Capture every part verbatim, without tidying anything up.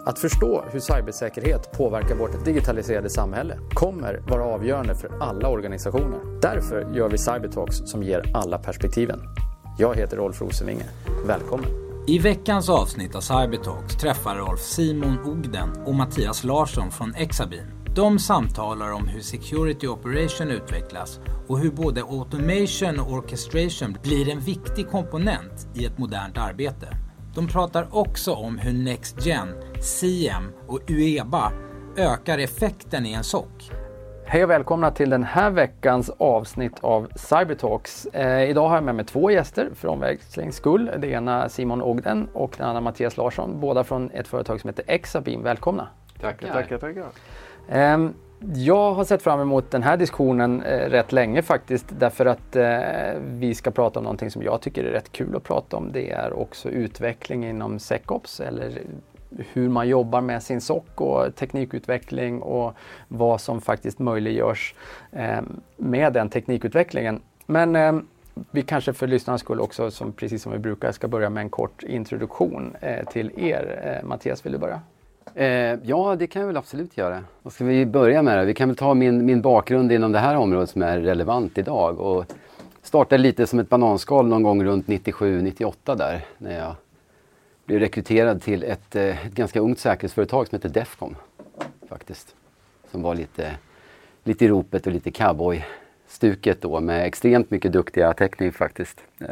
Att förstå hur cybersäkerhet påverkar vårt digitaliserade samhälle kommer vara avgörande för alla organisationer. Därför gör vi Cybertalks som ger alla perspektiven. Jag heter Rolf Rosenvinge. Välkommen! I veckans avsnitt av Cybertalks träffar Rolf Simon Ogden och Mattias Larsson från Exabeam. De samtalar om hur security operation utvecklas och hur både automation och orchestration blir en viktig komponent i ett modernt arbete. De pratar också om hur Next Gen, C M och U E B A ökar effekten i en S O C. Hej och välkomna till den här veckans avsnitt av Cybertalks. Eh, idag har jag med mig två gäster för omväxlings skull. Det ena Simon Ogden och den andra Mattias Larsson. Båda från ett företag som heter Exabeam. Välkomna. Tackar, tackar, tackar. Eh, jag har sett fram emot den här diskussionen eh, rätt länge faktiskt. Därför att eh, vi ska prata om någonting som jag tycker är rätt kul att prata om. Det är också utveckling inom SecOps eller hur man jobbar med sin S O C och teknikutveckling och vad som faktiskt möjliggörs eh, med den teknikutvecklingen. Men eh, vi kanske för lyssnarnas skull också, som, precis som vi brukar, ska börja med en kort introduktion eh, till er. Eh, Mattias, vill du börja? Eh, ja, det kan jag väl absolut göra. Vad ska vi börja med? Vi kan väl ta min, min bakgrund inom det här området som är relevant idag. Och starta lite som ett bananskal någon gång runt nittiosju nittioåtta där, när jag blev rekryterad till ett, ett ganska ungt säkerhetsföretag som heter Defcon faktiskt. Som var lite, lite i ropet och lite cowboy-stuket då med extremt mycket duktiga tekniker faktiskt. Eh,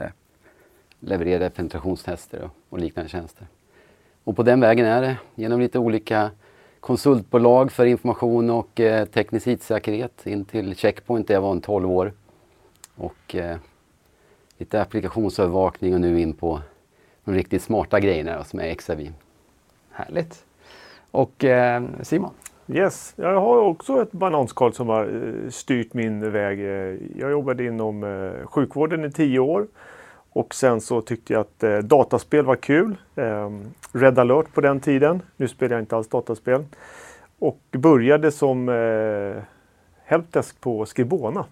levererade penetrationstester och, och liknande tjänster. Och på den vägen är det genom lite olika konsultbolag för information och eh, teknisk IT-säkerhet in till Checkpoint där jag var en tolv år. Och eh, lite applikationsövervakning och nu in på de riktigt smarta grejerna som är Exabeam. Härligt. Och eh, Simon? Yes, jag har också ett bananskal som har eh, styrt min väg. Jag jobbade inom eh, sjukvården i tio år. Och sen så tyckte jag att eh, dataspel var kul. Eh, Red Alert på den tiden. Nu spelar jag inte alls dataspel. Och började som eh, helpdesk på Skribona.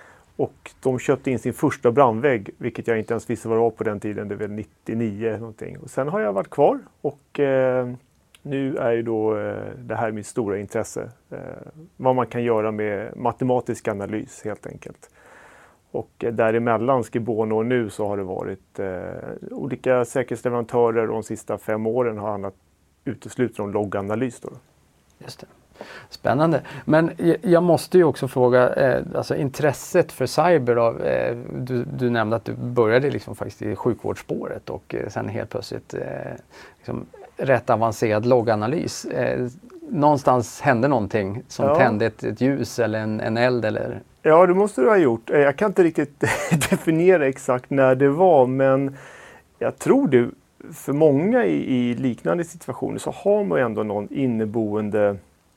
Och de köpte in sin första brandvägg, vilket jag inte ens visste vad det var på den tiden. Det var nittionio någonting. Och sen har jag varit kvar och eh, nu är ju då eh, det här mitt stora intresse. Eh, vad man kan göra med matematisk analys helt enkelt. Och eh, däremellan Skribona och nu så har det varit eh, olika säkerhetsleverantörer och de sista fem åren har handlat uteslutande om logganalys då. Just det. Spännande. Men jag måste ju också fråga, eh, alltså intresset för cyber då, eh, du, du nämnde att du började liksom faktiskt i sjukvårdsspåret och eh, sen helt plötsligt eh, liksom rätt avancerad logganalys. Eh, någonstans hände någonting som ja. tände ett, ett ljus eller en, en eld eller? Ja, det måste du ha gjort. Jag kan inte riktigt definiera exakt när det var, men jag tror det för många i, i liknande situationer så har man ändå någon inneboende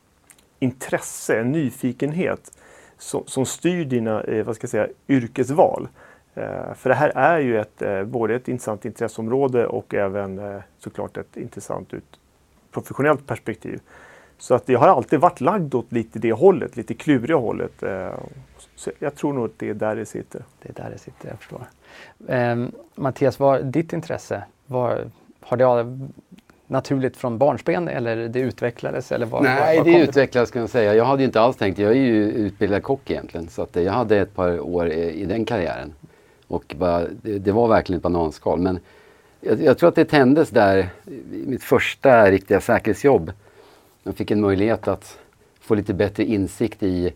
intresse, en nyfikenhet som, som styr dina eh, vad ska jag säga, yrkesval. Eh, för det här är ju ett, eh, både ett intressant intresseområde och även eh, såklart ett intressant ut professionellt perspektiv. Så att det har alltid varit lagd åt lite det hållet, lite kluriga hållet. Eh, så jag tror nog att det är där det sitter. Det är där det sitter, jag förstår. Eh, Mattias, vad är ditt intresse? Var, har det naturligt från barnsben eller det utvecklades? Eller vad, Nej, vad, vad det det utvecklades kan jag säga. Jag hade ju inte alls tänkt, jag är ju utbildad kock egentligen. Så att jag hade ett par år i den karriären. Och bara, det, det var verkligen ett bananskal. Men jag, jag tror att det tändes där i mitt första riktiga säkerhetsjobb. Jag fick en möjlighet att få lite bättre insikt i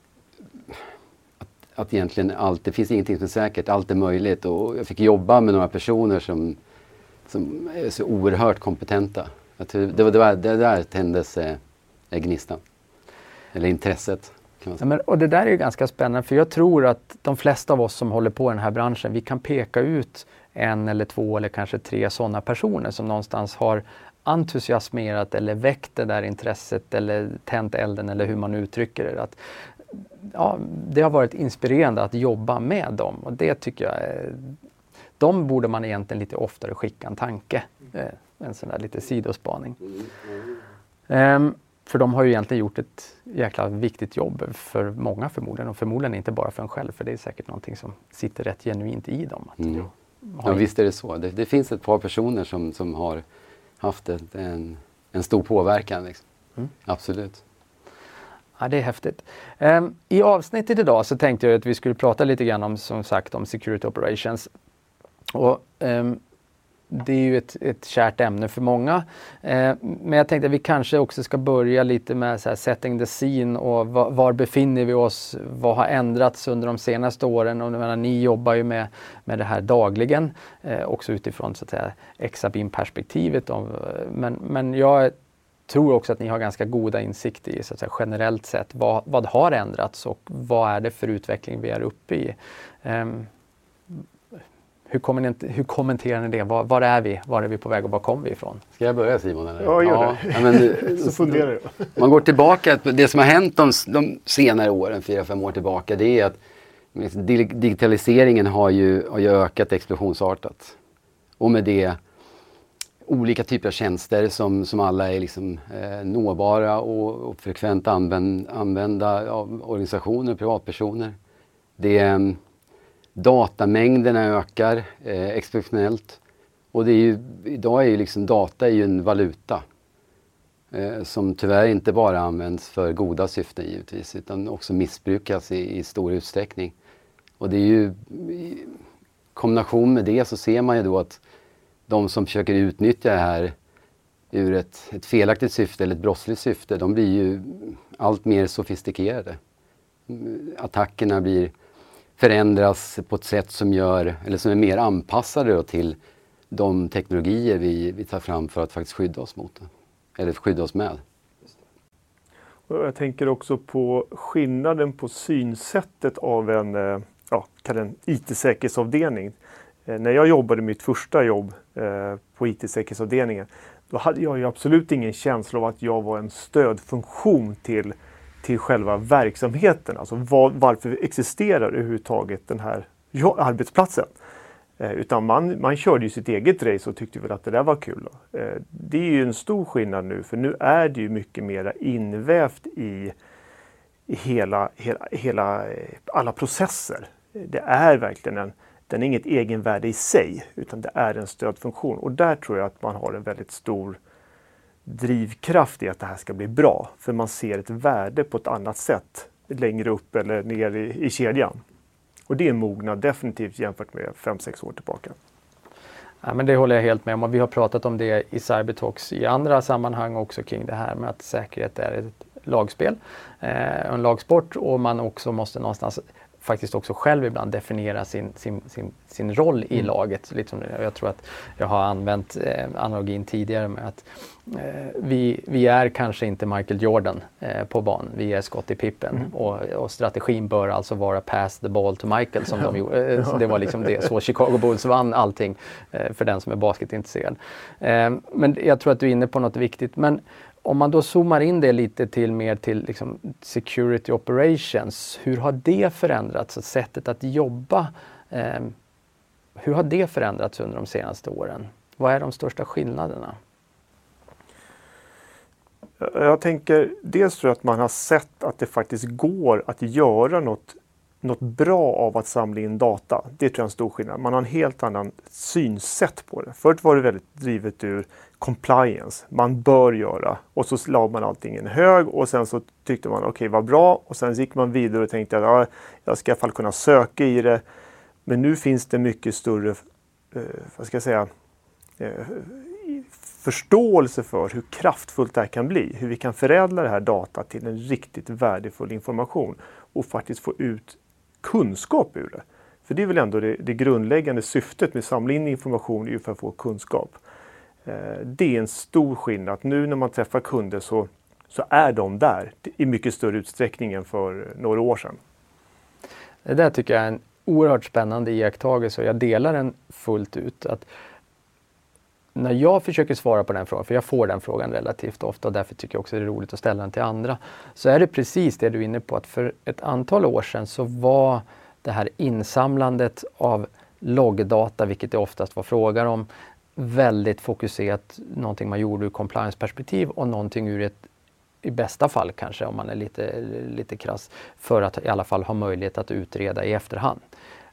att, att egentligen allt, det finns ingenting som är säkert, allt är möjligt. Och jag fick jobba med några personer som som är så oerhört kompetenta. Jag tror det, var, det, var, det där tändes eh, gnistan. Eller intresset. Kan man säga. Ja, men, och det där är ju ganska spännande, för jag tror att de flesta av oss som håller på i den här branschen, vi kan peka ut en eller två eller kanske tre sådana personer som någonstans har entusiasmerat eller väckt det där intresset eller tänt elden eller hur man uttrycker det. Att, ja, det har varit inspirerande att jobba med dem och det tycker jag är, de borde man egentligen lite oftare skicka en tanke. Eh, en sån där lite sidospaning. Um, för de har ju egentligen gjort ett jäkla viktigt jobb för många förmodligen. Och förmodligen inte bara för en själv. För det är säkert någonting som sitter rätt genuint i dem. Att mm. Ja, visst är det så. Det, det finns ett par personer som, som har haft ett, en, en stor påverkan. Liksom. Mm. Absolut. Ja, det är häftigt. Um, I avsnittet idag så tänkte jag att vi skulle prata lite grann om, som sagt, om security operations. Och, um, det är ju ett, ett kärt ämne för många. Uh, men jag tänkte att vi kanske också ska börja lite med så här, setting the scene och var, var befinner vi oss? Vad har ändrats under de senaste åren? Och menar, ni jobbar ju med, med det här dagligen, uh, också utifrån så att säga Exabeam-perspektivet. Men, men jag tror också att ni har ganska goda insikter i så att säga, generellt sett vad, vad har ändrats och vad är det för utveckling vi är uppe i. Um, hur, kommer ni, hur kommenterar ni det? Var, var är vi? Var är vi på väg och var kommer vi ifrån? Ska jag börja, Simon? Eller? Ja, gör ja, det. Ja, men, så funderar jag. Man går tillbaka, det som har hänt de, de senare åren, fyra, fem år tillbaka, det är att digitaliseringen har ju, har ju ökat explosionsartat. Och med det olika typer av tjänster som, som alla är liksom, eh, nåbara och, och frekvent använd, använda av organisationer och privatpersoner. Det, eh, datamängderna ökar eh, exceptionellt. Och det är ju, idag är ju liksom, data är ju en valuta eh, som tyvärr inte bara används för goda syften givetvis, utan också missbrukas i, i stor utsträckning. Och det är ju, i kombination med det så ser man ju då att de som försöker utnyttja det här ur ett, ett felaktigt syfte eller ett brottsligt syfte, de blir ju allt mer sofistikerade. Attackerna blir, förändras på ett sätt som gör, eller som är mer anpassade då till de teknologier vi, vi tar fram för att faktiskt skydda oss mot det. Eller skydda oss med. Och jag tänker också på skillnaden på synsättet av en, ja, en I T-säkerhetsavdelning. När jag jobbade mitt första jobb eh, på I T-säkerhetsavdelningen, då hade jag ju absolut ingen känsla av att jag var en stödfunktion till, till själva verksamheten. Alltså var, varför existerar överhuvudtaget den här ja, arbetsplatsen? Eh, utan man, man körde ju sitt eget race och tyckte väl att det där var kul. Eh, det är ju en stor skillnad nu, för nu är det ju mycket mer invävt i, i hela, hela, hela, alla processer. Det är verkligen en Den är inget egenvärde i sig, utan det är en stödfunktion. Och där tror jag att man har en väldigt stor drivkraft i att det här ska bli bra. För man ser ett värde på ett annat sätt längre upp eller ner i, i kedjan. Och det är mognad definitivt jämfört med fem sex år tillbaka. Ja, men det håller jag helt med om. Och vi har pratat om det i Cybertalks i andra sammanhang också kring det här med att säkerhet är ett lagspel, eh, en lagsport, och man också måste någonstans faktiskt också själv ibland definiera sin, sin, sin, sin roll i mm. laget. Liksom, jag tror att jag har använt eh, analogin tidigare med att eh, vi, vi är kanske inte Michael Jordan eh, på banan, vi är Scottie Pippen. Mm. Och, och strategin bör alltså vara pass the ball to Michael som de gjorde. Eh, det var liksom det. Så Chicago Bulls vann allting eh, för den som är basketintresserad. Eh, men jag tror att du är inne på något viktigt. Men om man då zoomar in det lite till mer till liksom security operations, hur har det förändrats? Sättet att jobba, eh, hur har det förändrats under de senaste åren? Vad är de största skillnaderna? Jag tänker, dels tror jag att man har sett att det faktiskt går att göra något, något bra av att samla in data. Det tror jag är en stor skillnad. Man har en helt annan synsätt på det. Förut var det väldigt drivet ur compliance. Man bör göra. Och så la man allting i en hög och sen så tyckte man okej, okay, vad bra. Och sen gick man vidare och tänkte att ja, jag ska i alla fall kunna söka i det. Men nu finns det mycket större eh, vad ska jag säga, eh, förståelse för hur kraftfullt det här kan bli. Hur vi kan förädla det här data till en riktigt värdefull information och faktiskt få ut kunskap ur det. För det är väl ändå det, det grundläggande syftet med att samla in information är ju för att få kunskap. Eh, det är en stor skillnad. Nu när man träffar kunder så, så är de där i mycket större utsträckning än för några år sedan. Det där tycker jag är en oerhört spännande iakttagelse och jag delar den fullt ut. Att när jag försöker svara på den frågan, för jag får den frågan relativt ofta och därför tycker jag också det är roligt att ställa den till andra, så är det precis det du är inne på, att för ett antal år sedan så var det här insamlandet av loggdata, vilket det oftast var frågan om, väldigt fokuserat, någonting man gjorde ur compliance-perspektiv och någonting ur ett, i bästa fall kanske, om man är lite, lite krass, för att i alla fall ha möjlighet att utreda i efterhand.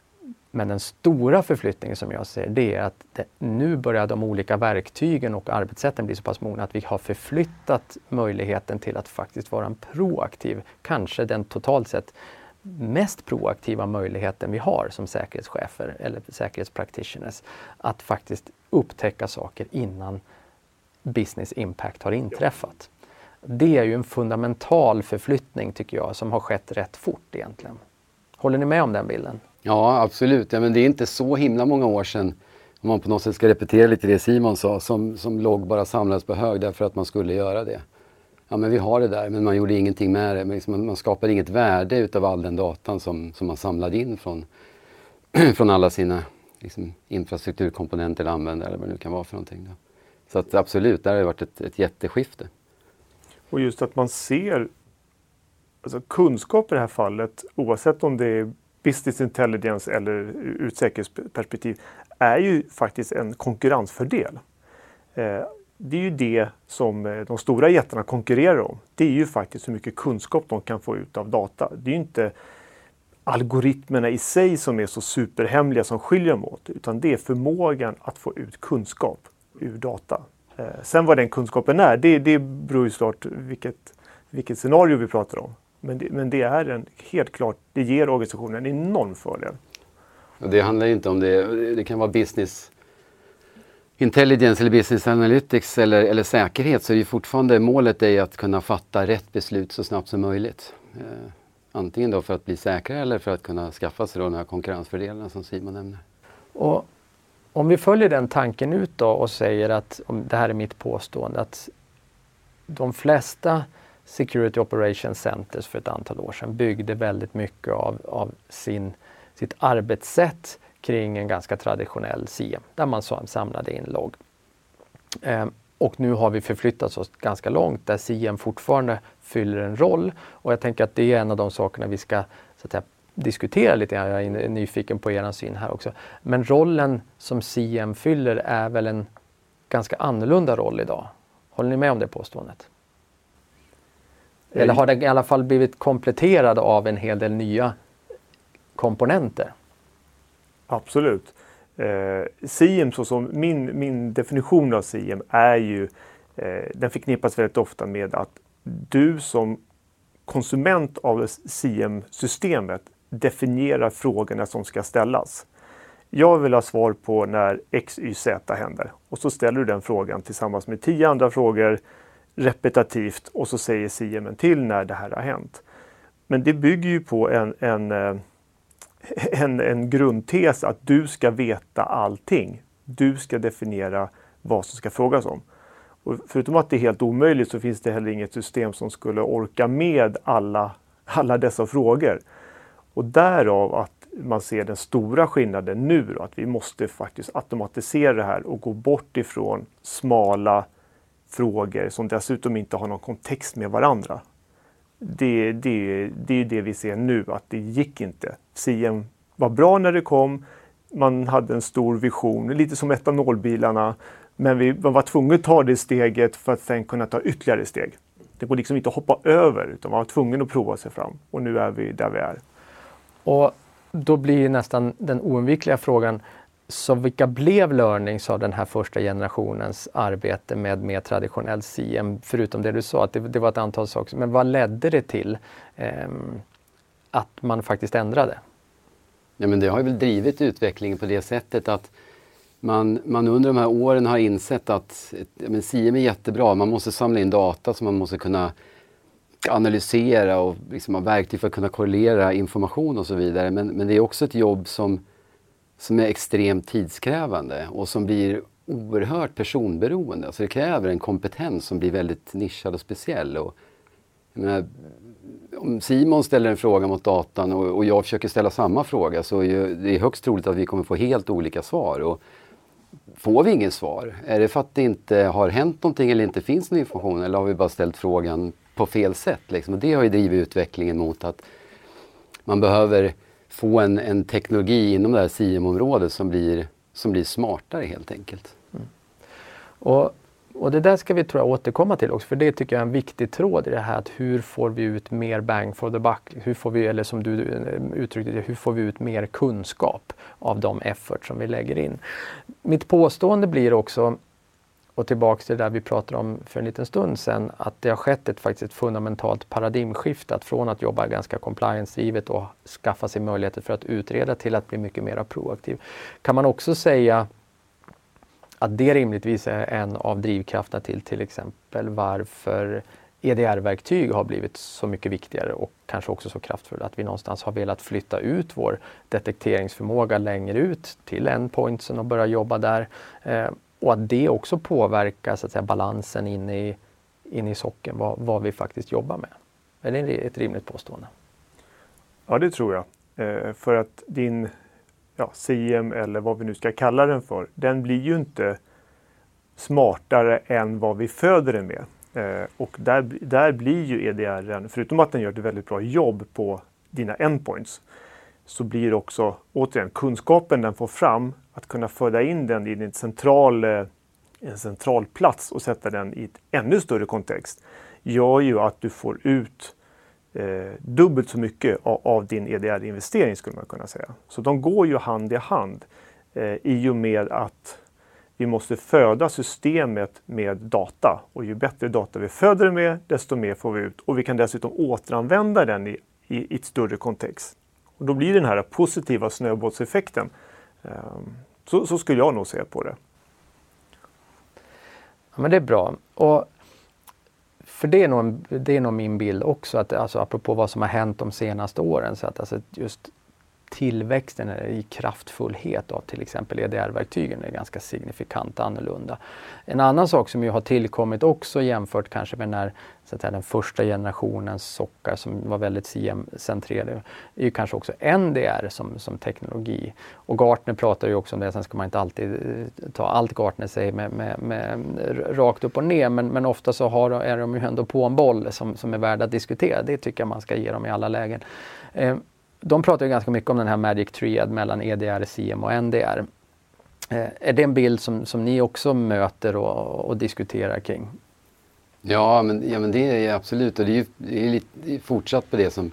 Men den stora förflyttningen som jag ser, det är att det, nu börjar de olika verktygen och arbetssätten bli så pass mogna att vi har förflyttat möjligheten till att faktiskt vara en proaktiv, kanske den totalt sett mest proaktiva möjligheten vi har som säkerhetschefer eller säkerhetspractitioners, att faktiskt upptäcka saker innan business impact har inträffat. Det är ju en fundamental förflyttning tycker jag som har skett rätt fort egentligen. Håller ni med om den bilden? Ja, absolut. Ja, men det är inte så himla många år sedan, om man på något sätt ska repetera lite det Simon sa, som, som logg bara samlades på hög därför att man skulle göra det. Ja, men vi har det där, men man gjorde ingenting med det. Men liksom, man skapade inget värde utav all den datan som, som man samlade in från, från alla sina liksom, infrastrukturkomponenter eller användare eller vad det nu kan vara för någonting. Då. Så att absolut, där har det varit ett, ett jätteskifte. Och just att man ser alltså kunskap i det här fallet, oavsett om det är business intelligence eller ur ett säkerhetsperspektiv, är ju faktiskt en konkurrensfördel. Eh, det är ju det som de stora jättarna konkurrerar om. Det är ju faktiskt hur mycket kunskap de kan få ut av data. Det är ju inte algoritmerna i sig som är så superhemliga som skiljer dem åt, utan det är förmågan att få ut kunskap ur data. Eh, sen vad den kunskapen är, det, det beror ju såklart vilket, vilket scenario vi pratar om. Men det, men det är en, helt klart, det ger organisationen en enorm fördel. Och det handlar ju inte om det, det kan vara business intelligence eller business analytics eller, eller säkerhet, så är ju fortfarande målet är att kunna fatta rätt beslut så snabbt som möjligt. Eh, antingen då för att bli säkrare eller för att kunna skaffa sig då de här konkurrensfördelarna som Simon nämner. Och om vi följer den tanken ut då och säger att, om det här är mitt påstående, att de flesta Security Operations Centers för ett antal år sedan byggde väldigt mycket av, av sin, sitt arbetssätt kring en ganska traditionell C I E M där man samlade in logg. Ehm, och nu har vi förflyttat oss ganska långt där C I E M fortfarande fyller en roll, och jag tänker att det är en av de sakerna vi ska så att säga, diskutera lite. Jag är nyfiken på er syn här också. Men rollen som C I E M fyller är väl en ganska annorlunda roll idag. Håller ni med om det påståendet? Eller har det i alla fall blivit kompletterad av en hel del nya komponenter? Absolut. Eh, C I E M, så som min, min definition av C I E M är ju, eh, den förknippas väldigt ofta med att du som konsument av C I E M-systemet definierar frågorna som ska ställas. Jag vill ha svar på när X, Y, Z händer. Och så ställer du den frågan tillsammans med tio andra frågor repetitivt, och så säger C I E M till när det här har hänt. Men det bygger ju på en, en, en, en grundtes att du ska veta allting. Du ska definiera vad som ska frågas om. Och förutom att det är helt omöjligt så finns det heller inget system som skulle orka med alla, alla dessa frågor. Och därav att man ser den stora skillnaden nu då, att vi måste faktiskt automatisera det här och gå bort ifrån smala frågor som dessutom inte har någon kontext med varandra. Det, det, det är ju det vi ser nu, att det gick inte. C I E M var bra när det kom, man hade en stor vision, lite som etanolbilarna, men vi man var tvungna att ta det steget för att sen kunna ta ytterligare steg. Det går liksom inte att hoppa över, utan man var tvungen att prova sig fram, och nu är vi där vi är. Och då blir nästan den oundvikliga frågan, så vilka blev learnings av den här första generationens arbete med mer traditionell C I E M, förutom det du sa, att det, det var ett antal saker, men vad ledde det till eh, att man faktiskt ändrade? Ja, men det har ju väl drivit utvecklingen på det sättet att man, man under de här åren har insett att men C I E M är jättebra, man måste samla in data som man måste kunna analysera och liksom ha verktyg för att kunna korrelera information och så vidare, men, men det är också ett jobb som som är extremt tidskrävande och som blir oerhört personberoende. Alltså det kräver en kompetens som blir väldigt nischad och speciell. Och, jag menar, om Simon ställer en fråga mot datan och, och jag försöker ställa samma fråga, så är ju, det är högst troligt att vi kommer få helt olika svar. Och får vi ingen svar? Är det för att det inte har hänt någonting eller inte finns någon information, eller har vi bara ställt frågan på fel sätt? Liksom? Och det har ju drivit utvecklingen mot att man behöver få en, en teknologi inom det här C I E M-området som blir, som blir smartare helt enkelt. Mm. Och och det där ska vi tror jag återkomma till också, för det tycker jag är en viktig tråd i det här, att hur får vi ut mer bang for the buck, hur får vi, eller som du uttryckte det, hur får vi ut mer kunskap av de effort som vi lägger in. Mitt påstående blir också, och tillbaks till det där vi pratade om för en liten stund sedan, att det har skett ett faktiskt ett fundamentalt paradigmskifte, att från att jobba ganska compliance-drivet och skaffa sig möjligheter för att utreda till att bli mycket mer proaktiv. Kan man också säga att det rimligtvis är en av drivkrafterna till till exempel varför E D R-verktyg har blivit så mycket viktigare och kanske också så kraftfulla, att vi någonstans har velat flytta ut vår detekteringsförmåga längre ut till endpointsen och börja jobba där. Eh, och att det också påverkar så att säga, balansen inne i, inne i socken, vad, vad vi faktiskt jobbar med. Är det ett rimligt påstående? Ja, det tror jag. Eh, för att din ja, C M eller vad vi nu ska kalla den för, den blir ju inte smartare än vad vi föder den med. Eh, och där, där blir ju E D R, förutom att den gör ett väldigt bra jobb på dina endpoints, så blir också återigen kunskapen den får fram, att kunna föra in den i en central, en central plats och sätta den i ett ännu större kontext, gör ju att du får ut eh, dubbelt så mycket av, av din E D R-investering, skulle man kunna säga. Så de går ju hand i hand eh, i och med att vi måste föda systemet med data, och ju bättre data vi föder det med, desto mer får vi ut, och vi kan dessutom återanvända den i, i, i ett större kontext. Och då blir den här positiva snöbollseffekten. Så, så skulle jag nog se på det. Ja, men det är bra. Och för det är nog, en, det är nog min bild också, att alltså, apropå vad som har hänt de senaste åren, så att alltså, just tillväxten i kraftfullhet av till exempel E D R-verktygen är ganska signifikant annorlunda. En annan sak som ju har tillkommit också jämfört kanske med när så att säga, den första generationens sockar som var väldigt C M-centrerade är ju kanske också N D R som, som teknologi. Och Gartner pratar ju också om det, sen ska man inte alltid ta allt Gartner säger med, med, med, rakt upp och ner, men, men ofta så har, är de ju ändå på en boll som, som är värd att diskutera. Det tycker jag man ska ge dem i alla lägen. Eh, De pratar ju ganska mycket om den här Magic Triad mellan E D R, C M och N D R. Eh, är det en bild som, som ni också möter och, och diskuterar kring? Ja, men, ja, men det är absolut. Och det är ju det är lite, det är fortsatt på det som,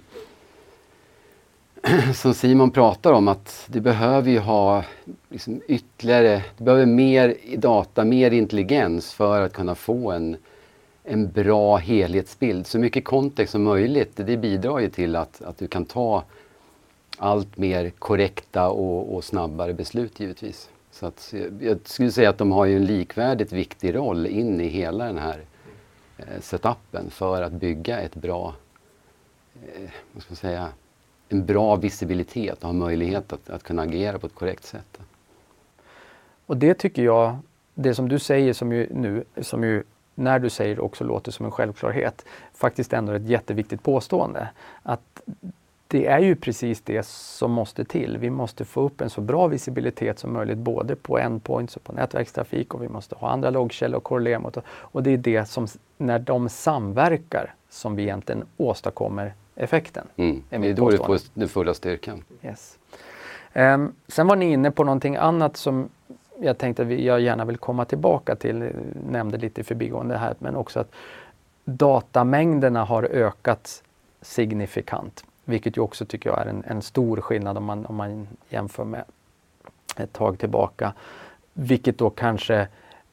som Simon pratar om. Att det behöver ju ha liksom ytterligare, det behöver mer data, mer intelligens för att kunna få en, en bra helhetsbild. Så mycket kontext som möjligt, det bidrar ju till att, att du kan ta allt mer korrekta och, och snabbare beslut givetvis. Så att, jag skulle säga att de har ju en likvärdigt viktig roll in i hela den här eh, setupen för att bygga ett bra, eh, vad ska man säga, en bra visibilitet och ha möjlighet att, att kunna agera på ett korrekt sätt. Och det tycker jag, det som du säger som ju nu, som ju när du säger det också låter som en självklarhet, faktiskt ändå ett jätteviktigt påstående. Att det är ju precis det som måste till. Vi måste få upp en så bra visibilitet som möjligt både på endpoints och på nätverkstrafik, och vi måste ha andra loggkällor och korrelera mot. Och det är det som, när de samverkar, som vi egentligen åstadkommer effekten. Mm. Det är då du får den fulla styrkan. Yes. Um, sen var ni inne på någonting annat som jag tänkte att jag gärna vill komma tillbaka till. Nämnde lite i förbigående här, men också att datamängderna har ökat signifikant. Vilket ju också tycker jag är en, en stor skillnad om man, om man jämför med ett tag tillbaka. Vilket då kanske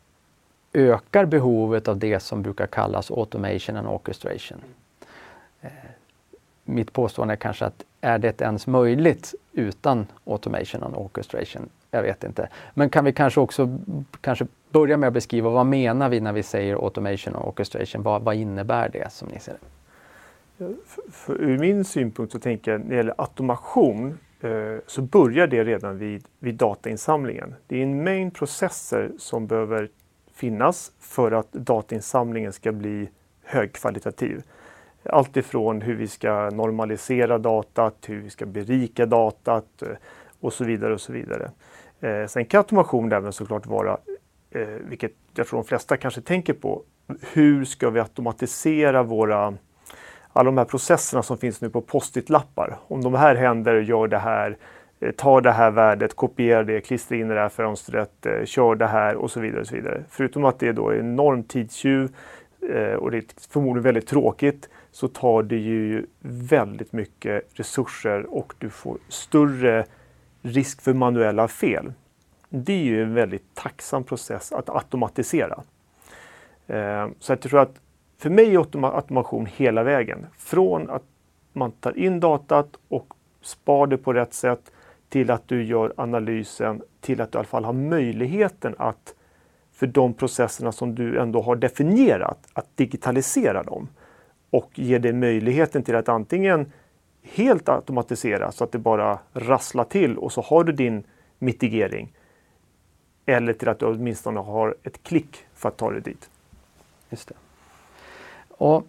ökar behovet av det som brukar kallas automation and orchestration. Eh, mitt påstående är kanske att är det ens möjligt utan automation and orchestration? Jag vet inte. Men kan vi kanske också kanske börja med att beskriva vad menar vi när vi säger automation och orchestration? Vad, vad innebär det som ni ser det? För, för, ur min synpunkt så tänker jag när det gäller automation eh, så börjar det redan vid, vid datainsamlingen. Det är en mängd processer som behöver finnas för att datainsamlingen ska bli högkvalitativ. Allt ifrån hur vi ska normalisera datat, hur vi ska berika datat eh, och så vidare och så vidare. Eh, sen kan automation även såklart vara, eh, vilket jag tror de flesta kanske tänker på, hur ska vi automatisera våra alla de här processerna som finns nu på post-it-lappar. Om de här händer, gör det här, eh, ta det här värdet, kopiera det, klistra in det där fönstret, eh, kör det här och så vidare. Och så vidare. Förutom att det är då en enorm tidstjuv eh, och det är förmodligen väldigt tråkigt, så tar det ju väldigt mycket resurser och du får större risk för manuella fel. Det är ju en väldigt tacksam process att automatisera. Eh, så att jag tror att för mig är automa- automation hela vägen. Från att man tar in datat och spar det på rätt sätt till att du gör analysen, till att du i alla fall har möjligheten att för de processerna som du ändå har definierat, att digitalisera dem. Och ge dig möjligheten till att antingen helt automatisera så att det bara rasslar till och så har du din mitigering. Eller till att du åtminstone har ett klick för att ta dig dit. Just det. Och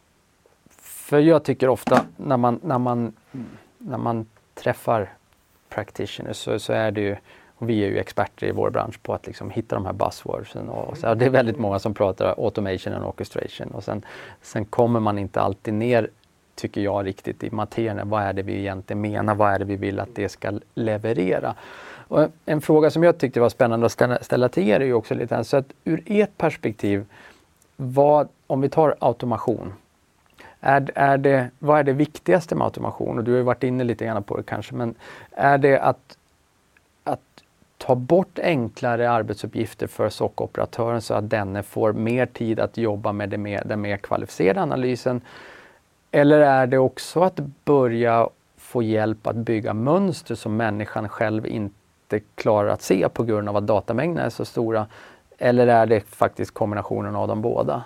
för jag tycker ofta när man, när man, när man träffar practitioners så, så är det ju, och vi är ju experter i vår bransch på att liksom hitta de här buzzwordsen. Och så, det är väldigt många som pratar automation and orchestration. Och sen, sen kommer man inte alltid ner, tycker jag, riktigt i materien. Vad är det vi egentligen menar? Vad är det vi vill att det ska leverera? Och en fråga som jag tyckte var spännande att ställa, ställa till er är ju också lite här. Så att ur ert perspektiv, vad, om vi tar automation. Är, är det, vad är det viktigaste med automation? Och du har ju varit inne lite grann på det kanske. Men är det att att ta bort enklare arbetsuppgifter för S O C-operatören så att denne får mer tid att jobba med det mer, den mer kvalificerade analysen? Eller är det också att börja få hjälp att bygga mönster som människan själv inte klarar att se på grund av att datamängderna är så stora? Eller är det faktiskt kombinationen av de båda?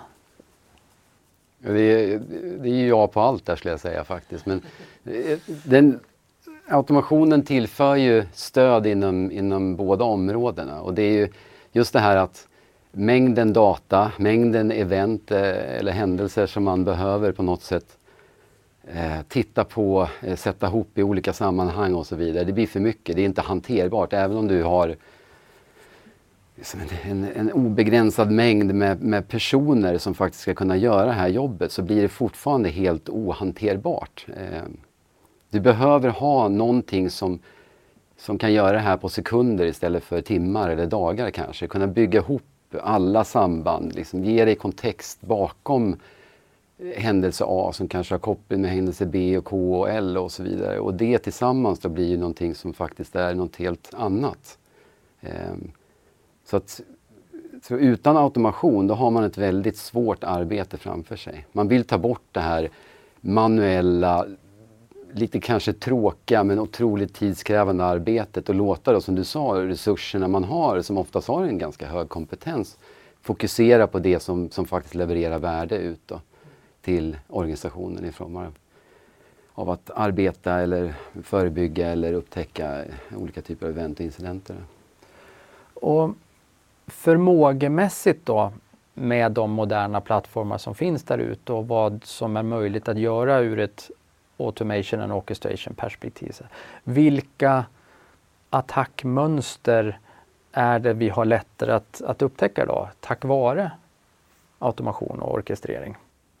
Det är, det är ju ja på allt där, skulle jag säga faktiskt. Men den automationen tillför ju stöd inom, inom båda områdena. Och det är ju just det här att mängden data, mängden event eh, eller händelser som man behöver på något sätt eh, titta på, eh, sätta ihop i olika sammanhang och så vidare. Det blir för mycket, det är inte hanterbart. Även om du har en, en obegränsad mängd med, med personer som faktiskt ska kunna göra det här jobbet, så blir det fortfarande helt ohanterbart. Eh, Du behöver ha någonting som, som kan göra det här på sekunder istället för timmar eller dagar kanske. Kunna bygga ihop alla samband, liksom ge dig kontext bakom händelse A som kanske har koppling med händelse B och K och L och så vidare. Och det tillsammans då blir ju någonting som faktiskt är något helt annat. Um, så att så utan automation då har man ett väldigt svårt arbete framför sig. Man vill ta bort det här manuella, lite kanske tråkiga men otroligt tidskrävande arbetet och låta då, som du sa, resurserna man har, som oftast har en ganska hög kompetens, fokusera på det som, som faktiskt levererar värde ut då, till organisationen i form av, av att arbeta eller förebygga eller upptäcka olika typer av event och incidenter. Och förmågemässigt då, med de moderna plattformar som finns där ute och vad som är möjligt att göra ur ett automation and orchestration perspektiv. Vilka attackmönster är det vi har lättare att, att upptäcka då, tack vare automation och orkestrering?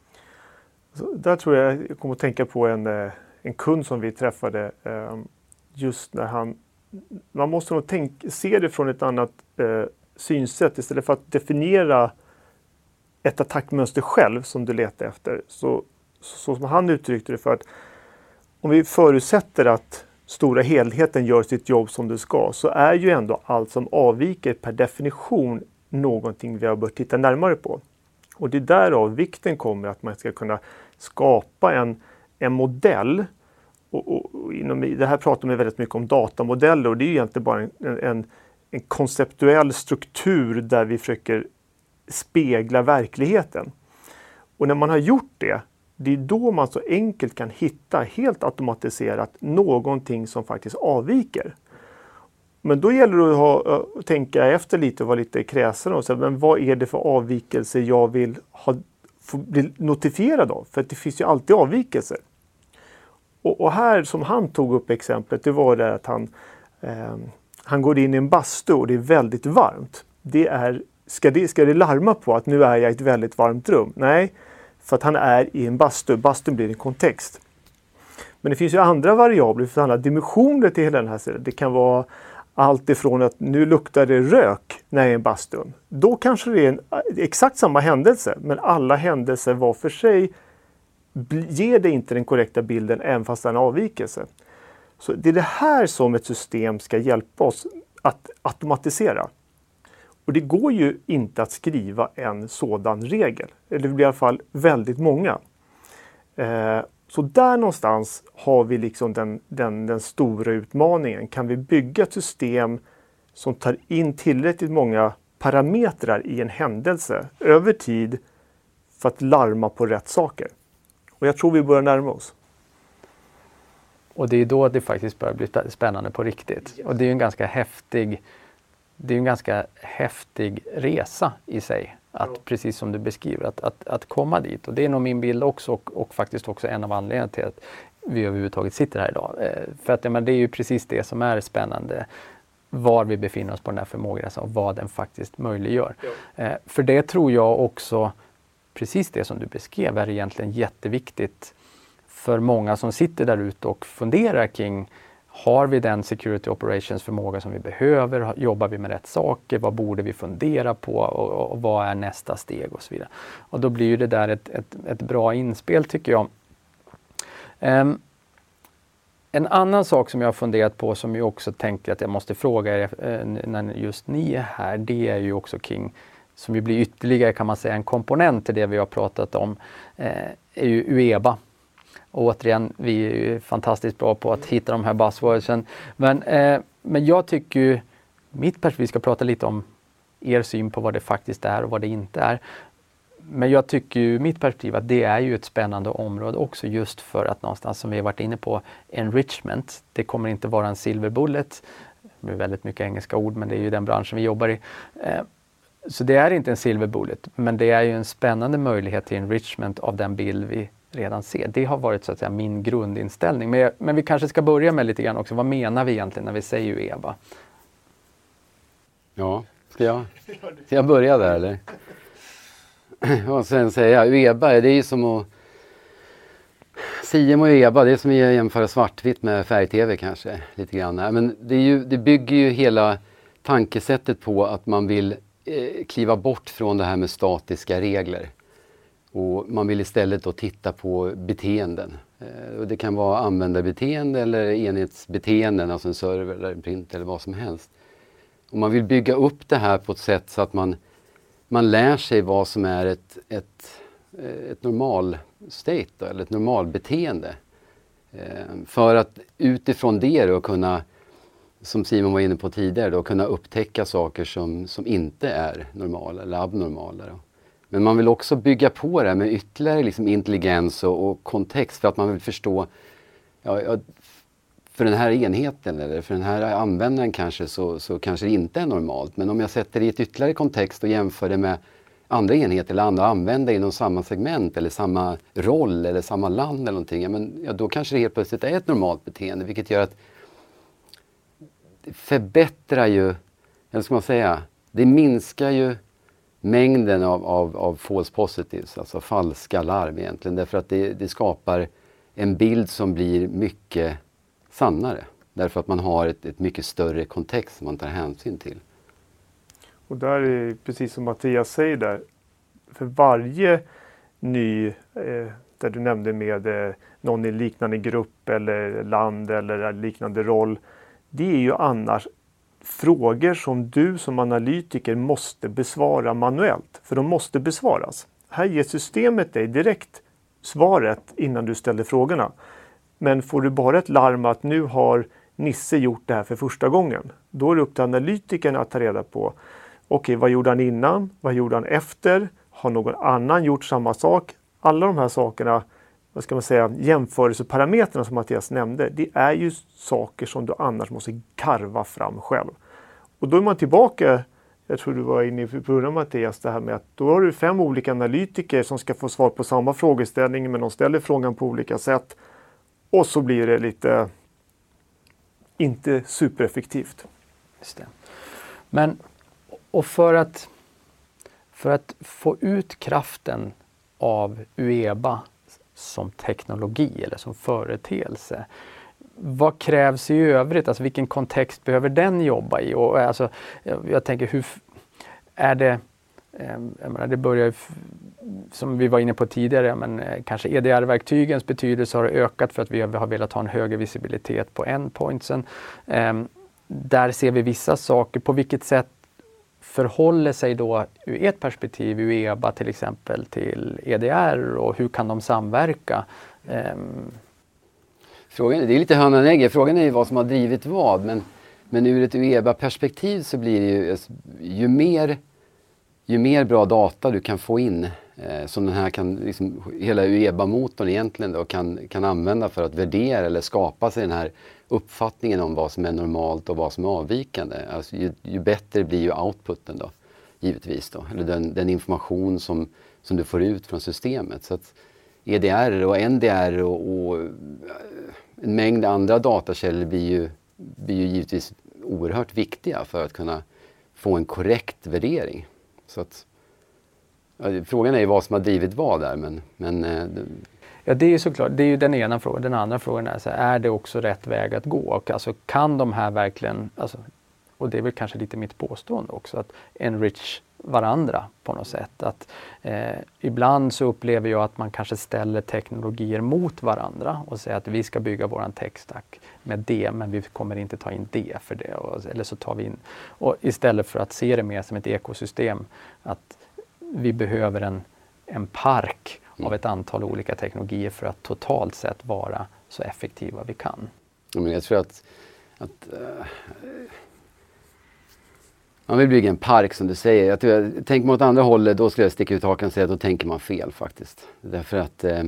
Så där tror jag jag kommer att tänka på en, en kund som vi träffade just när han, man måste nog tänka, se det från ett annat eh, synsätt istället för att definiera ett attackmönster själv som du letar efter. Så, så som han uttryckte det, för att om vi förutsätter att stora helheten gör sitt jobb som det ska, så är ju ändå allt som avviker per definition någonting vi har börjat titta närmare på. Och det är därav vikten kommer, att man ska kunna skapa en, en modell. Och, och, och inom, det här pratar man väldigt mycket om datamodeller, och det är ju egentligen bara en, en, en konceptuell struktur där vi försöker spegla verkligheten. Och när man har gjort det, det är då man så enkelt kan hitta helt automatiserat någonting som faktiskt avviker. Men då gäller det att, ha, att tänka efter lite och vara lite kräsen och säga, men vad är det för avvikelser jag vill ha, få bli notifierad av? För att det finns ju alltid avvikelser. Och, och här som han tog upp exemplet, det var det att han, eh, han går in i en bastu och det är väldigt varmt. Det är, ska, det, ska det larma på att nu är jag i ett väldigt varmt rum? Nej, för att han är i en bastu. Bastun blir en kontext. Men det finns ju andra variabler, för andra dimensioner till hela den här serien. Det kan vara allt ifrån att nu luktar det rök när jag är i bastun. Då kanske det är en, exakt samma händelse, men alla händelser var för sig ger det inte den korrekta bilden även fast det är en avvikelse. Så det är det här som ett system ska hjälpa oss att automatisera. Och det går ju inte att skriva en sådan regel. Eller det blir i alla fall väldigt många. Eh, så där någonstans har vi liksom den, den, den stora utmaningen. Kan vi bygga ett system som tar in tillräckligt många parametrar i en händelse över tid för att larma på rätt saker? Och jag tror vi börjar närma oss. Och det är då det faktiskt börjar bli spännande på riktigt. Och det är ju en ganska häftig, det är en ganska häftig resa i sig. Att, ja. Precis som du beskriver, att, att, att komma dit. Och det är nog min bild också och, och faktiskt också en av anledningarna till att vi överhuvudtaget sitter här idag. Eh, för att men det är ju precis det som är spännande. Var vi befinner oss på den här förmågeresan och vad den faktiskt möjliggör. Ja. Eh, för det tror jag också, precis det som du beskrev, är egentligen jätteviktigt för många som sitter där ute och funderar kring, har vi den security operations förmåga som vi behöver? Jobbar vi med rätt saker? Vad borde vi fundera på? Och, och vad är nästa steg? Och så vidare. Och då blir ju det där ett, ett, ett bra inspel tycker jag. Um, en annan sak som jag har funderat på, som jag också tänker att jag måste fråga er eh, när just ni är här, det är ju också kring, som ju blir ytterligare kan man säga en komponent till det vi har pratat om, eh, är ju U E B A. Och återigen, vi är ju fantastiskt bra på att hitta de här buzzwordsen. Men, eh, men jag tycker ju, mitt perspektiv, vi ska prata lite om er syn på vad det faktiskt är och vad det inte är. Men jag tycker ju, mitt perspektiv, att det är ju ett spännande område också, just för att någonstans, som vi har varit inne på, enrichment. Det kommer inte vara en silver bullet. Det är väldigt mycket engelska ord, men det är ju den branschen vi jobbar i. Eh, så det är inte en silver bullet, men det är ju en spännande möjlighet till enrichment av den bild vi redan ser. Det har varit så att säga min grundinställning. Men, men vi kanske ska börja med lite grann också. Vad menar vi egentligen när vi säger U E B A? Ja, ska jag, ska jag börja där eller? Och sen säga, U E B A, det är ju som att SIEM och U E B A, det är som att jämföra svartvitt med färg-tv kanske, lite grann. Men det, är ju, det bygger ju hela tankesättet på att man vill eh, kliva bort från det här med statiska regler. Och man vill istället då titta på beteenden. Eh, och det kan vara användarbeteende eller enhetsbeteenden, alltså en server eller en print eller vad som helst. Och man vill bygga upp det här på ett sätt så att man, man lär sig vad som är ett, ett, ett normal state då, eller ett normalbeteende. Eh, för att utifrån det då kunna, som Simon var inne på tidigare, då, kunna upptäcka saker som, som inte är normala eller abnormala. Då. Men man vill också bygga på det med ytterligare liksom intelligens och, och kontext för att man vill förstå, ja, ja, för den här enheten eller för den här användaren kanske så, så kanske det inte är normalt. Men om jag sätter det i ett ytterligare kontext och jämför det med andra enheter eller andra användare inom samma segment eller samma roll eller samma land eller någonting, ja, men, ja, då kanske det helt plötsligt är ett normalt beteende, vilket gör att det förbättrar ju, eller ska man säga, det minskar ju mängden av, av, av false positives, alltså falska larm egentligen, därför att det, det skapar en bild som blir mycket sannare, därför att man har ett, ett mycket större kontext som man tar hänsyn till. Och där är precis som Mattias säger där, för varje ny, eh, där du nämnde med eh, någon i liknande grupp eller land eller liknande roll, det är ju annars frågor som du som analytiker måste besvara manuellt. För de måste besvaras. Här ger systemet dig direkt svaret innan du ställer frågorna. Men får du bara ett larm att nu har Nisse gjort det här för första gången, då är det upp till analytikern att ta reda på, okej, vad gjorde han innan? Vad gjorde han efter? Har någon annan gjort samma sak? Alla de här sakerna, vad ska man säga, jämförelseparametrarna som Mattias nämnde, det är ju saker som du annars måste karva fram själv. Och då är man tillbaka, jag tror du var inne i början Mattias, det här med att då har du fem olika analytiker som ska få svar på samma frågeställning, men de ställer frågan på olika sätt. Och så blir det lite inte supereffektivt. Just det. Men och för att, för att få ut kraften av U E B A som teknologi eller som företeelse. Vad krävs i övrigt? Alltså vilken kontext behöver den jobba i? Och alltså, jag, jag tänker, hur är det, jag menar, det börjar som vi var inne på tidigare, men kanske E D R-verktygens betydelse har ökat för att vi har velat ha en högre visibilitet på endpointsen. Där ser vi vissa saker. På vilket sätt förhåller sig då ur ett perspektiv U E B A till exempel till E D R och hur kan de samverka? Frågan, det är lite hönan och ägget. Frågan är ju vad som har drivit vad, men, men ur ett U E B A-perspektiv så blir det ju, ju mer, ju mer bra data du kan få in, eh, som den här kan, liksom, hela U E B A-motorn egentligen då kan, kan använda för att värdera eller skapa sig den här uppfattningen om vad som är normalt och vad som är avvikande. Alltså, ju, ju bättre blir ju outputen då, givetvis då, eller den, den information som, som du får ut från systemet. Så att E D R och N D R och, och en mängd andra datakällor blir ju, blir ju givetvis oerhört viktiga för att kunna få en korrekt värdering. Så att, ja, frågan är ju vad som har drivit vad där. Men, men, ja, det är ju såklart, det är ju den ena frågan. Den andra frågan är, så här, är det också rätt väg att gå? Och alltså, kan de här verkligen, alltså, och det är väl kanske lite mitt påstående också, att enrich varandra på något sätt. Att, eh, ibland så upplever jag att man kanske ställer teknologier mot varandra och säger att vi ska bygga våran tech-stack med det, men vi kommer inte ta in det för det. Och, eller så tar vi in, och istället för att se det mer som ett ekosystem, att vi behöver en, en park mm. av ett antal olika teknologier för att totalt sett vara så effektiva vi kan. Ja, men jag tror att, att uh... man vill bygga en park som du säger. Jag tror, tänk mot andra hållet, då skulle jag sticka ut hakan och säga att då tänker man fel faktiskt. Därför att eh,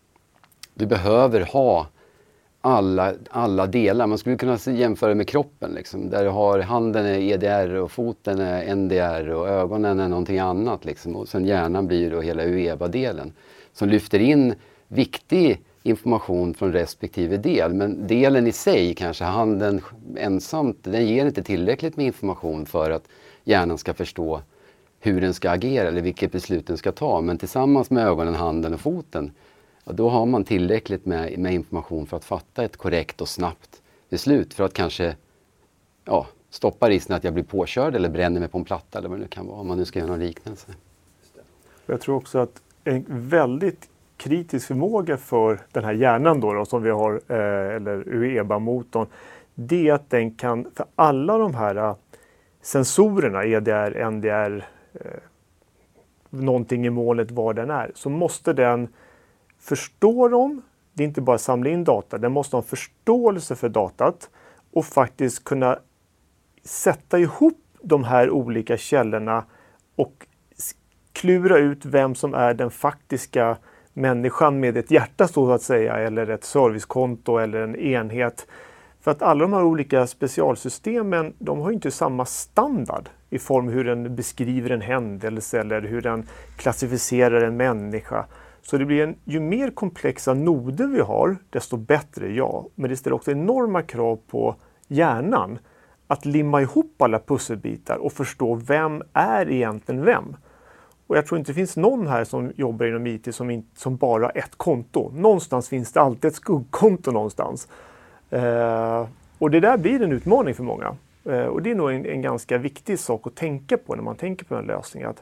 du behöver ha alla, alla delar. Man skulle kunna jämföra med kroppen. Liksom, där du har handen är E D R och foten är N D R och ögonen är någonting annat. Liksom. Och sen hjärnan blir då hela U E B A-delen som lyfter in viktig information från respektive del. Men delen i sig, kanske handen ensamt, den ger inte tillräckligt med information för att hjärnan ska förstå hur den ska agera eller vilket beslut den ska ta. Men tillsammans med ögonen, handen och foten, då har man tillräckligt med, med information för att fatta ett korrekt och snabbt beslut. För att kanske ja, stoppa risken att jag blir påkörd eller bränner mig på en platta eller vad det nu kan vara, om man nu ska göra någon liknelse. Jag tror också att en väldigt kritisk förmåga för den här hjärnan då, då som vi har, eh, eller U E B A-motorn, det är att den kan, för alla de här uh, sensorerna, E D R, N D R, eh, någonting i molnet, vad den är, så måste den förstå dem. Det är inte bara samla in data, den måste ha en förståelse för datat och faktiskt kunna sätta ihop de här olika källorna och klura ut vem som är den faktiska människan med ett hjärta så att säga, eller ett servicekonto eller en enhet. För att alla de här olika specialsystemen, de har inte samma standard i form hur den beskriver en händelse eller hur den klassificerar en människa. Så det blir en, ju mer komplexa noder vi har, desto bättre, ja. Men det ställer också enorma krav på hjärnan att limma ihop alla pusselbitar och förstå vem är egentligen vem. Och jag tror inte det finns någon här som jobbar inom I T som, in, som bara har ett konto. Någonstans finns det alltid ett skuggkonto någonstans. Eh, och det där blir en utmaning för många. Eh, och det är nog en, en ganska viktig sak att tänka på när man tänker på en lösning. Att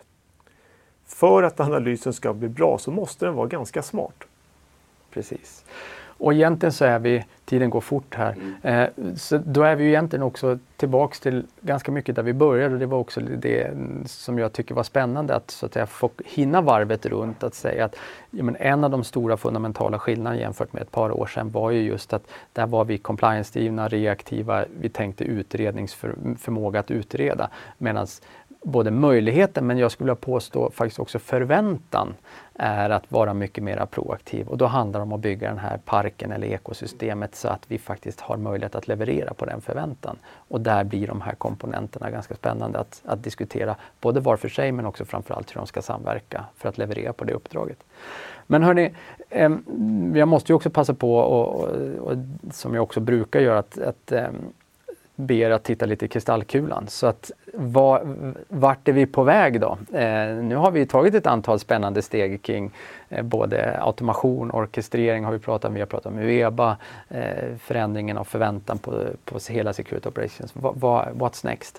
för att analysen ska bli bra så måste den vara ganska smart. Precis. Och egentligen så är vi, tiden går fort här, mm. eh, så då är vi ju egentligen också tillbaks till ganska mycket där vi började, och det var också det som jag tycker var spännande att, så att jag får hinna varvet runt att säga att ja, men en av de stora fundamentala skillnaderna jämfört med ett par år sedan var ju just att där var vi compliance-drivna, reaktiva, vi tänkte utredningsförmåga att utreda, medan både möjligheten, men jag skulle vilja påstå faktiskt också förväntan är att vara mycket mer proaktiv. Och då handlar det om att bygga den här parken eller ekosystemet så att vi faktiskt har möjlighet att leverera på den förväntan. Och där blir de här komponenterna ganska spännande att, att diskutera, både var för sig men också framförallt hur de ska samverka för att leverera på det uppdraget. Men hörni, eh, jag måste ju också passa på, och, och, och, som jag också brukar göra, att, att eh, be er att titta lite i kristallkulan. Så att var, vart är vi på väg då? Eh, nu har vi tagit ett antal spännande steg kring eh, både automation, orkestrering har vi pratat om, vi har pratat om U E B A, eh, förändringen av förväntan på, på hela Security Operations. Va, va, what's next?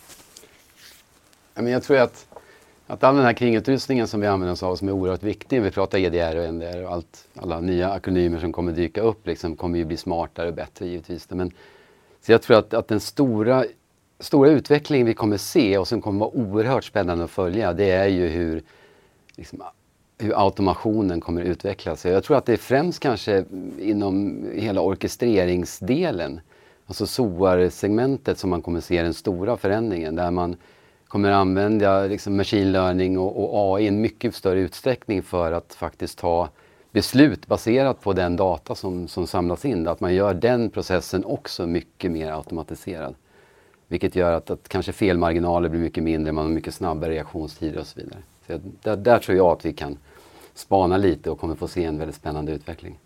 Jag tror att, att all den här kringutrustningen som vi använder oss av som är oerhört viktig, vi pratar E D R och N D R och allt, alla nya akronymer som kommer dyka upp liksom, kommer ju bli smartare och bättre givetvis. Men, så jag tror att, att den stora, stora utvecklingen vi kommer se och som kommer vara oerhört spännande att följa, det är ju hur, liksom, hur automationen kommer utvecklas. Jag tror att det är främst kanske inom hela orkestreringsdelen, alltså S O A R-segmentet som man kommer se den stora förändringen där man kommer använda liksom machine learning och, och A I i en mycket större utsträckning för att faktiskt ta beslut baserat på den data som, som samlas in. Att man gör den processen också mycket mer automatiserad. Vilket gör att, att kanske felmarginaler blir mycket mindre, man har mycket snabbare reaktionstider och så vidare. Så jag, där, där tror jag att vi kan spana lite och kommer få se en väldigt spännande utveckling.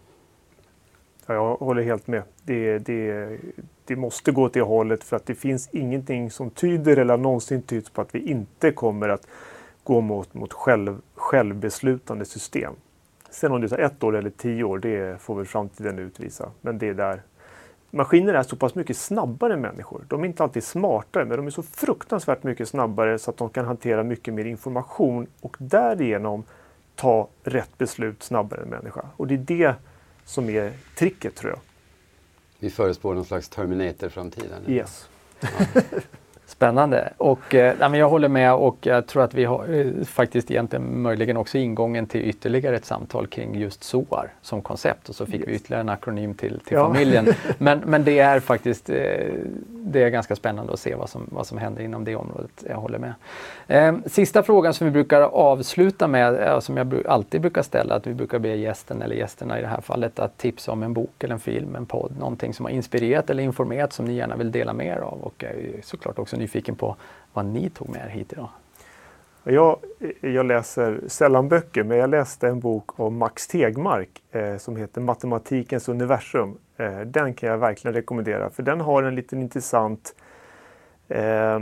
Ja, jag håller helt med. Det, det, det måste gå åt det hållet för att det finns ingenting som tyder eller någonsin tyds på att vi inte kommer att gå mot, mot själv, självbeslutande system. Sen om det tar ett år eller tio år, det får väl framtiden utvisa. Men det är där. Maskiner är så pass mycket snabbare än människor. De är inte alltid smartare, men de är så fruktansvärt mycket snabbare så att de kan hantera mycket mer information och därigenom ta rätt beslut snabbare än människa. Och det är det som är tricket, tror jag. Vi förespår någon slags Terminator-framtiden. Yes. Ja. Spännande. Och, eh, jag håller med och jag tror att vi har eh, faktiskt egentligen möjligen också ingången till ytterligare ett samtal kring just S O A R som koncept. Och så fick yes. vi ytterligare en akronym till, till ja. familjen. Men, men det är faktiskt eh, det är ganska spännande att se vad som, vad som händer inom det området. Jag håller med. Eh, sista frågan som vi brukar avsluta med, eh, som jag br- alltid brukar ställa, att vi brukar be gästen eller gästerna i det här fallet att tipsa om en bok eller en film, en podd, någonting som har inspirerat eller informerat som ni gärna vill dela med er av. Och eh, såklart också nyfiken på vad ni tog med er hit idag. Jag, jag läser sällan böcker, men jag läste en bok om Max Tegmark eh, som heter Matematikens universum. Eh, den kan jag verkligen rekommendera, för den har en liten intressant eh,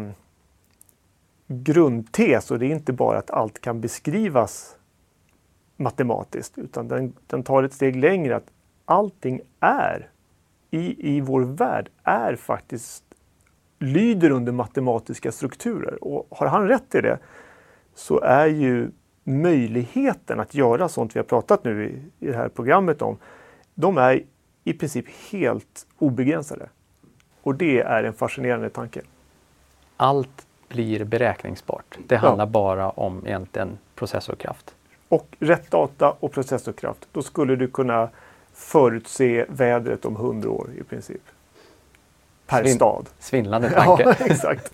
grundtes, och det är inte bara att allt kan beskrivas matematiskt, utan den, den tar ett steg längre, att allting är i, i vår värld är faktiskt lyder under matematiska strukturer. Och har han rätt i det, så är ju möjligheten att göra sånt vi har pratat nu i, i det här programmet om, de är i princip helt obegränsade. Och det är en fascinerande tanke. Allt blir beräkningsbart. Det handlar ja. bara om egentligen processorkraft. Och rätt data och processorkraft. Då skulle du kunna förutse vädret om hundra år i princip. Per Svin- stad. Svindlande tanke. Ja, exakt.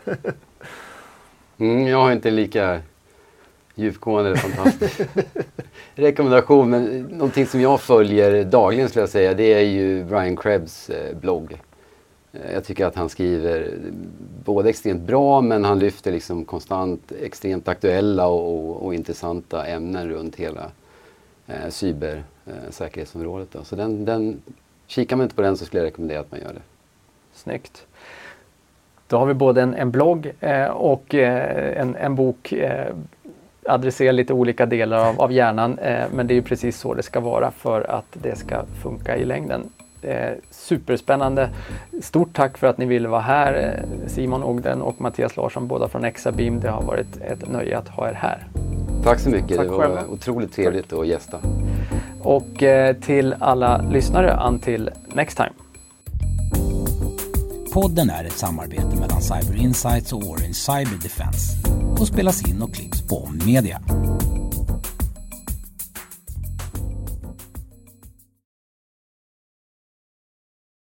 Mm, jag har inte lika djupgående fantastisk rekommendation, men någonting som jag följer dagligen skulle jag säga, det är ju Brian Krebs eh, blogg. Eh, jag tycker att han skriver både extremt bra, men han lyfter liksom konstant extremt aktuella och, och, och intressanta ämnen runt hela eh, cybersäkerhetsområdet. Eh, så den, den, kikar man inte på den så skulle jag rekommendera att man gör det. Snyggt. Då har vi både en, en blogg eh, och eh, en, en bok eh, adresserar lite olika delar av, av hjärnan, eh, men det är ju precis så det ska vara för att det ska funka i längden. Eh, superspännande. Stort tack för att ni ville vara här, eh, Simon Ogden och Mattias Larsson, båda från Exabeam. Det har varit ett nöje att ha er här. Tack så mycket, tack det var själva. Otroligt trevligt tack. Att gästa. Och eh, till alla lyssnare, until next time. Podden är ett samarbete mellan Cyber Insights och Orange Cyber Defense och spelas in och klipps på Om Media.